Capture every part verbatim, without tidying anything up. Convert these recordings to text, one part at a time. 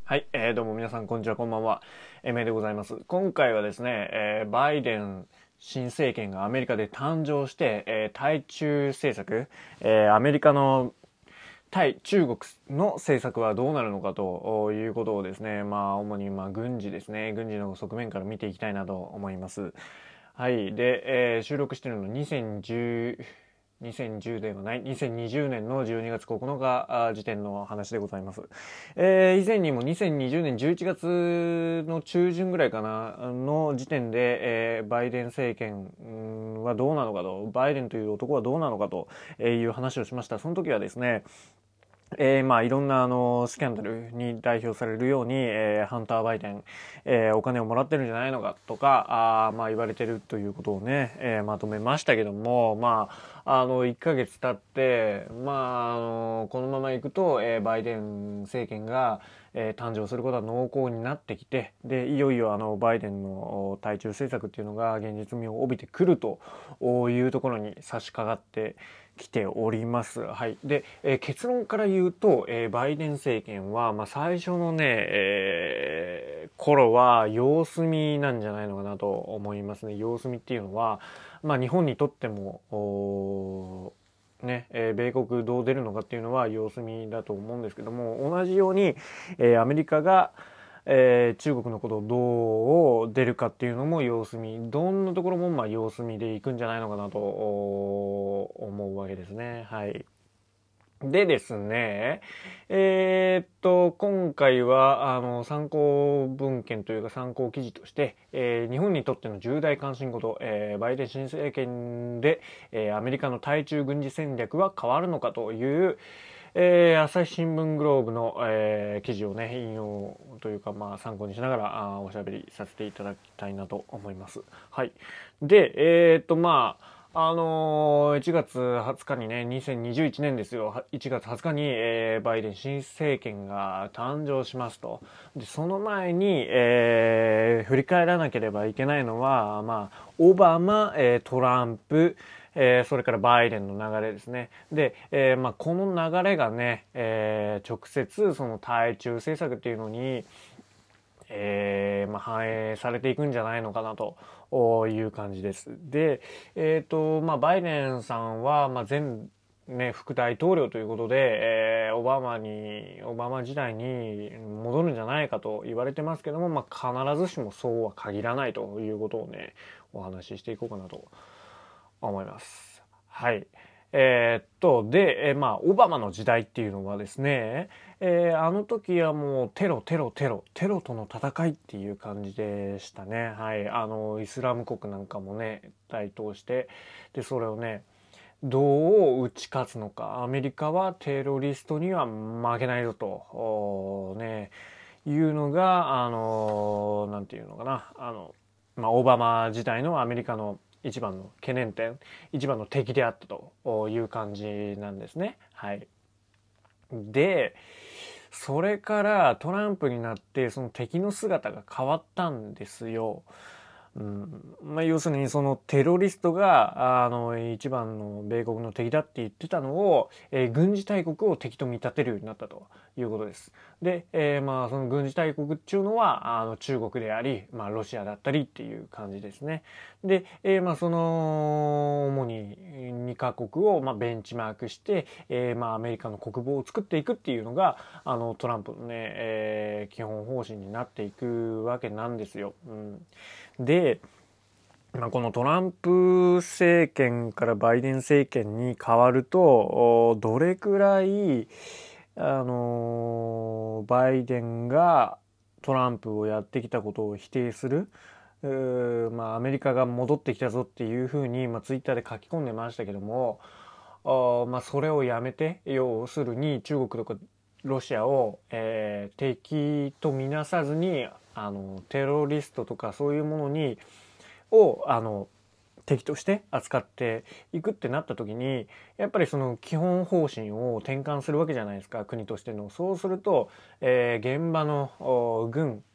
はい、えー、どうも皆さんこんにちは、こんばんは。エメでございます。今回はですね、えーバイデン新政権がアメリカで誕生して、えー対中政策、えーアメリカの対中国の政策はどうなるのかということをですね、まあ主にまあ軍事ですね、軍事の側面から見ていきたいなと思います。はい。で、えー収録しているのにせんじゅう、にせんじゅうではない、にせんにじゅうねんのじゅうにがつここのか時点の話でございます。えー以前にもにせんにじゅうねんじゅういちがつの中旬ぐらいかな、の時点で、えーバイデン政権うんはどうなのかと、バイデンという男はどうなのかという話をしました。その時はですね、えー、まあいろんなあのスキャンダルに代表されるように、えー、ハンター・バイデン、えー、お金をもらってるんじゃないのかとかあまあ言われてるということをね、えー、まとめましたけども、まああのいっかげつ経ってまああのこのままいくと、えー、バイデン政権がえー、誕生することは濃厚になってきて、でいよいよあのバイデンの対中政策っていうのが現実味を帯びてくるというところに差し掛かってきております。はい。で、えー結論から言うと、えーバイデン政権は、まあ、最初のね、えー頃は様子見なんじゃないのかなと思いますね。様子見っていうのは、まあ、日本にとっても、おね、えー米国どう出るのかっていうのは様子見だと思うんですけども、同じように、えーアメリカが、えー中国のことをどう出るかっていうのも様子見、どんなところもまあ様子見でいくんじゃないのかなと思うわけですね。はい。でですね、えーっと、今回は、あの、参考文献というか参考記事として、えー日本にとっての重大関心事、えーバイデン新政権で、えーアメリカの対中軍事戦略は変わるのかという、えー朝日新聞グローブの、えー記事をね、引用というか、まあ、参考にしながら、あおしゃべりさせていただきたいなと思います。はい。で、えーっと、まあ、あのー、いちがつはつかにね、にせんにじゅういちねんですよ。いちがつはつかに、えーバイデン新政権が誕生しますと。で、その前に、えー振り返らなければいけないのは、まあ、オバマ、えートランプ、えーそれからバイデンの流れですね。で、えーまあ、この流れがね、えー直接その対中政策っていうのに、えーまあ、反映されていくんじゃないのかなという感じです。で、えっと、まあ、バイデンさんは、まあ、前、ね、副大統領ということで、えーオバマに、オバマ時代に戻るんじゃないかと言われてますけども、まあ、必ずしもそうは限らないということをね、お話ししていこうかなと思います。はい。えーっと、で、えーまあ、オバマの時代っていうのはですね、えーあの時はもうテロ、テロ、テロ、テロとの戦いっていう感じでしたね。はい。あの、イスラム国なんかもね、台頭して、で、それをね、どう打ち勝つのか。アメリカはテロリストには負けないぞと、おーね、いうのが、あの、なんていうのかな、あの、まあ、オバマ時代のアメリカの一番の懸念点、一番の敵であったという感じなんですね。はい。で、それからトランプになってその敵の姿が変わったんですよ。うんまあ、要するにそのテロリストがあの一番の米国の敵だって言ってたのを、えー軍事大国を敵と見立てるようになったということです。で、えーまあその軍事大国っていうのはあの中国であり、まあ、ロシアだったりっていう感じですね。で、えーまあその主ににカ国をまあベンチマークして、えーまあアメリカの国防を作っていくっていうのがあのトランプのね、えー基本方針になっていくわけなんですよ。うんで、まあ、このトランプ政権からバイデン政権に変わると、どれくらい、あのバイデンがトランプをやってきたことを否定する、まあ、アメリカが戻ってきたぞっていうふうに、まあ、ツイッターで書き込んでましたけども、あまあ、それをやめて、要するに中国とかロシアを、えー敵とみなさずに、あの、テロリストとかそういうものに、を、あの、敵として扱っていくってなった時に、やっぱりその基本方針を転換するわけじゃないですか、国としての。そうすると、えー現場の軍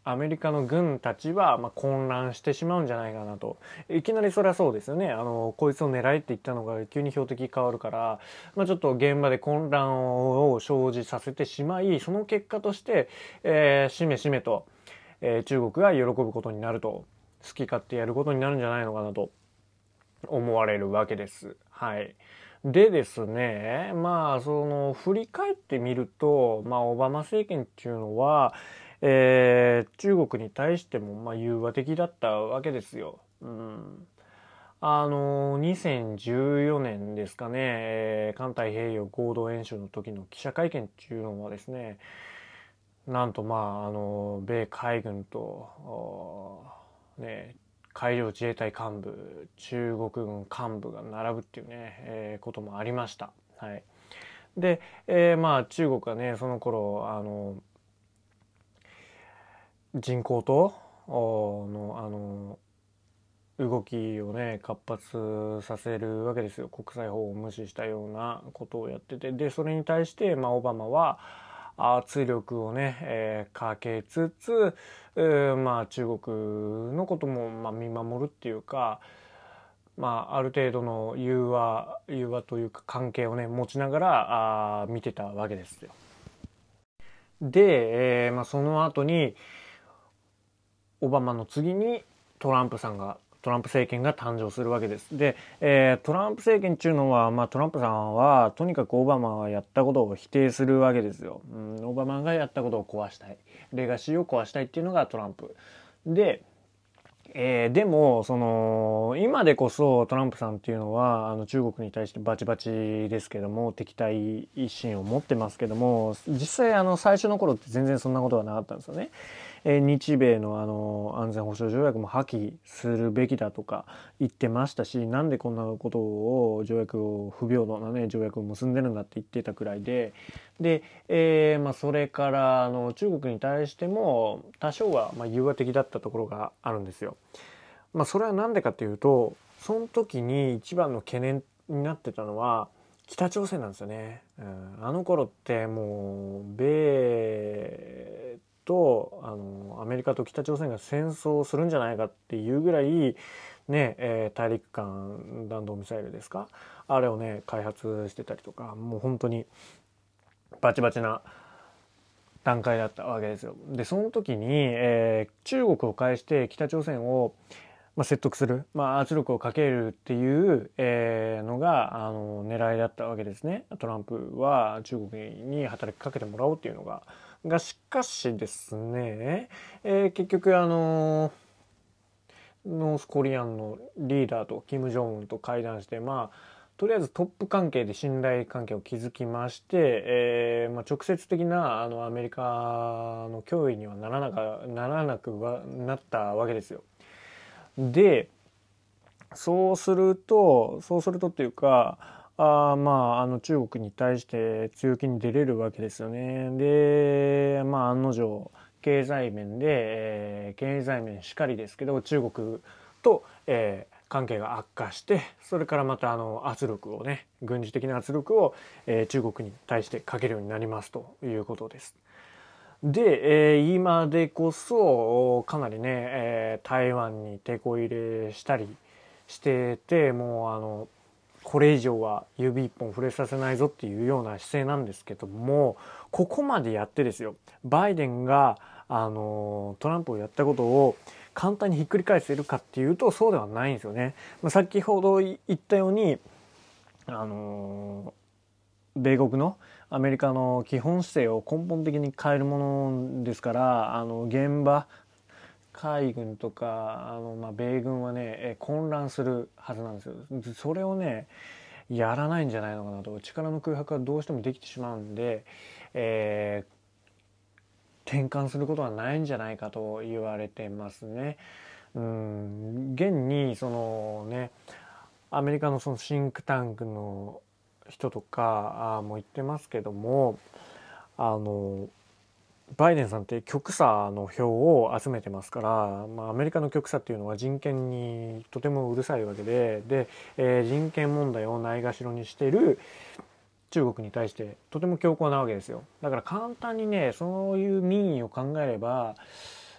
アメリカの軍たちはまあ混乱してしまうんじゃないかなと。いきなりそれはそうですよね。あのこいつを狙いって言ったのが急に標的変わるから、まあ、ちょっと現場で混乱を生じさせてしまい、その結果として、えー、しめしめと、えー、中国が喜ぶことになると、好き勝手やることになるんじゃないのかなと思われるわけです。はい。でですね、まあ、その、振り返ってみると、まあ、オバマ政権っていうのは、えー、中国に対しても、まあ、融和的だったわけですよ。うん。あの、にせんじゅうよねんですかね、えー、環太平洋合同演習の時の記者会見っていうのはですね、なんとまあ、あの、米海軍と、ね、海上自衛隊幹部、中国軍幹部が並ぶっていうね、えー、こともありました。はい。で、えー、まあ中国はね、その頃、あの、人口との、あの、動きをね、活発させるわけですよ。国際法を無視したようなことをやってて。で、それに対して、まあ、オバマは、圧力をね、えー、かけつつ、えー、まあ中国のこともまあ見守るっていうか、まあある程度の融和融和というか関係をね持ちながらあ見てたわけですよ。で、えーまあ、その後にオバマの次にトランプさんがトランプ政権が誕生するわけです。で、えー、トランプ政権っていうのは、まあ、トランプさんはとにかくオバマがやったことを否定するわけですよ。うん、オバマがやったことを壊したい、レガシーを壊したいっていうのがトランプで、えー、でもその今でこそトランプさんっていうのはあの中国に対してバチバチですけども、敵対心を持ってますけども、実際あの最初の頃って全然そんなことはなかったんですよね。えー、日米のあの安全保障条約も破棄するべきだとか言ってましたし、なんでこんなことを条約を不平等なね条約を結んでるんだって言ってたくらいで、で、えーまあ、それからあの中国に対しても多少はまあ融和的だったところがあるんですよ。まあ、それは何でかっていうと、その時に一番の懸念になってたのは北朝鮮なんですよね。うん、あの頃ってもう米とあのアメリカと北朝鮮が戦争するんじゃないかっていうぐらいね、えー、大陸間弾道ミサイルですか、あれをね開発してたりとか、もう本当にバチバチな段階だったわけですよ。でその時に、えー、中国を介して北朝鮮をまあ、説得する、まあ、圧力をかけるっていう、えー、のがあの狙いだったわけですね。トランプは中国に働きかけてもらおうっていうのが。がしかしですね、えー、結局あのノースコリアンのリーダーとキム・ジョンウンと会談して、まあとりあえずトップ関係で信頼関係を築きまして、えーまあ、直接的なあのアメリカの脅威にはならなかならなくはなったわけですよ。でそうするとそうするとっていうか、あまああの中国に対して強気に出れるわけですよね。でまあ案の定経済面で、えー、経済面しかりですけど中国と、えー、関係が悪化して、それからまたあの圧力をね軍事的な圧力を、えー、中国に対してかけるようになりますということです。で、えー、今でこそかなりね、えー、台湾に抵抗入れしたりしてて、もうあのこれ以上は指一本触れさせないぞっていうような姿勢なんですけども、ここまでやってですよ、バイデンがあのトランプをやったことを簡単にひっくり返せるかっていうとそうではないんですよね。まあ、先ほど言ったようにあの米国のアメリカの基本姿勢を根本的に変えるものですから、あの現場海軍とかあの、まあ、米軍はね、え混乱するはずなんですよ。それをねやらないんじゃないのかなと、力の空白がどうしてもできてしまうんで、えー、転換することはないんじゃないかと言われてますね。うん現にそのねアメリカのそのシンクタンクの人とかあも言ってますけども、あのバイデンさんって極左の票を集めてますから、まあ、アメリカの極左っていうのは人権にとてもうるさいわけで、で、えー、人権問題をないがしろにしている中国に対してとても強硬なわけですよ。だから簡単にねそういう民意を考えれば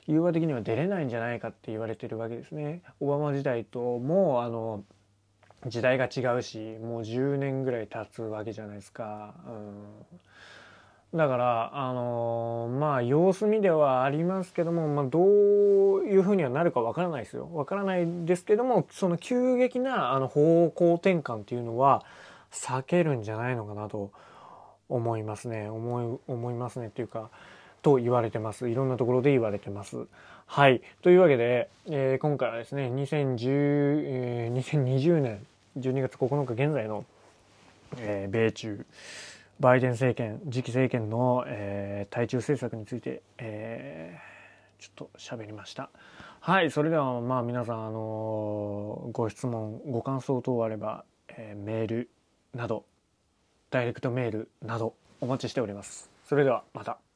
融和的には出れないんじゃないかって言われてるわけですね。オバマ時代ともあの時代が違うし、もうじゅうねんぐらい経つわけじゃないですか。うん、だからあのまあ様子見ではありますけども、まあ、どういうふうにはなるかわからないですよ。わからないですけども、その急激なあの方向転換っていうのは避けるんじゃないのかなと思いますね。思い思いますねっていうかと言われてます。いろんなところで言われてます。はい。というわけで、えー、今回はですね、にせんじゅう、えー、にせんにじゅうねんじゅうにがつここのか現在の、えー、米中バイデン政権次期政権の、えー、対中政策について、えー、ちょっと喋りました。はい。それではまあ皆さん、あのー、ご質問ご感想等あれば、えー、メールなどダイレクトメールなどお待ちしております。それではまた。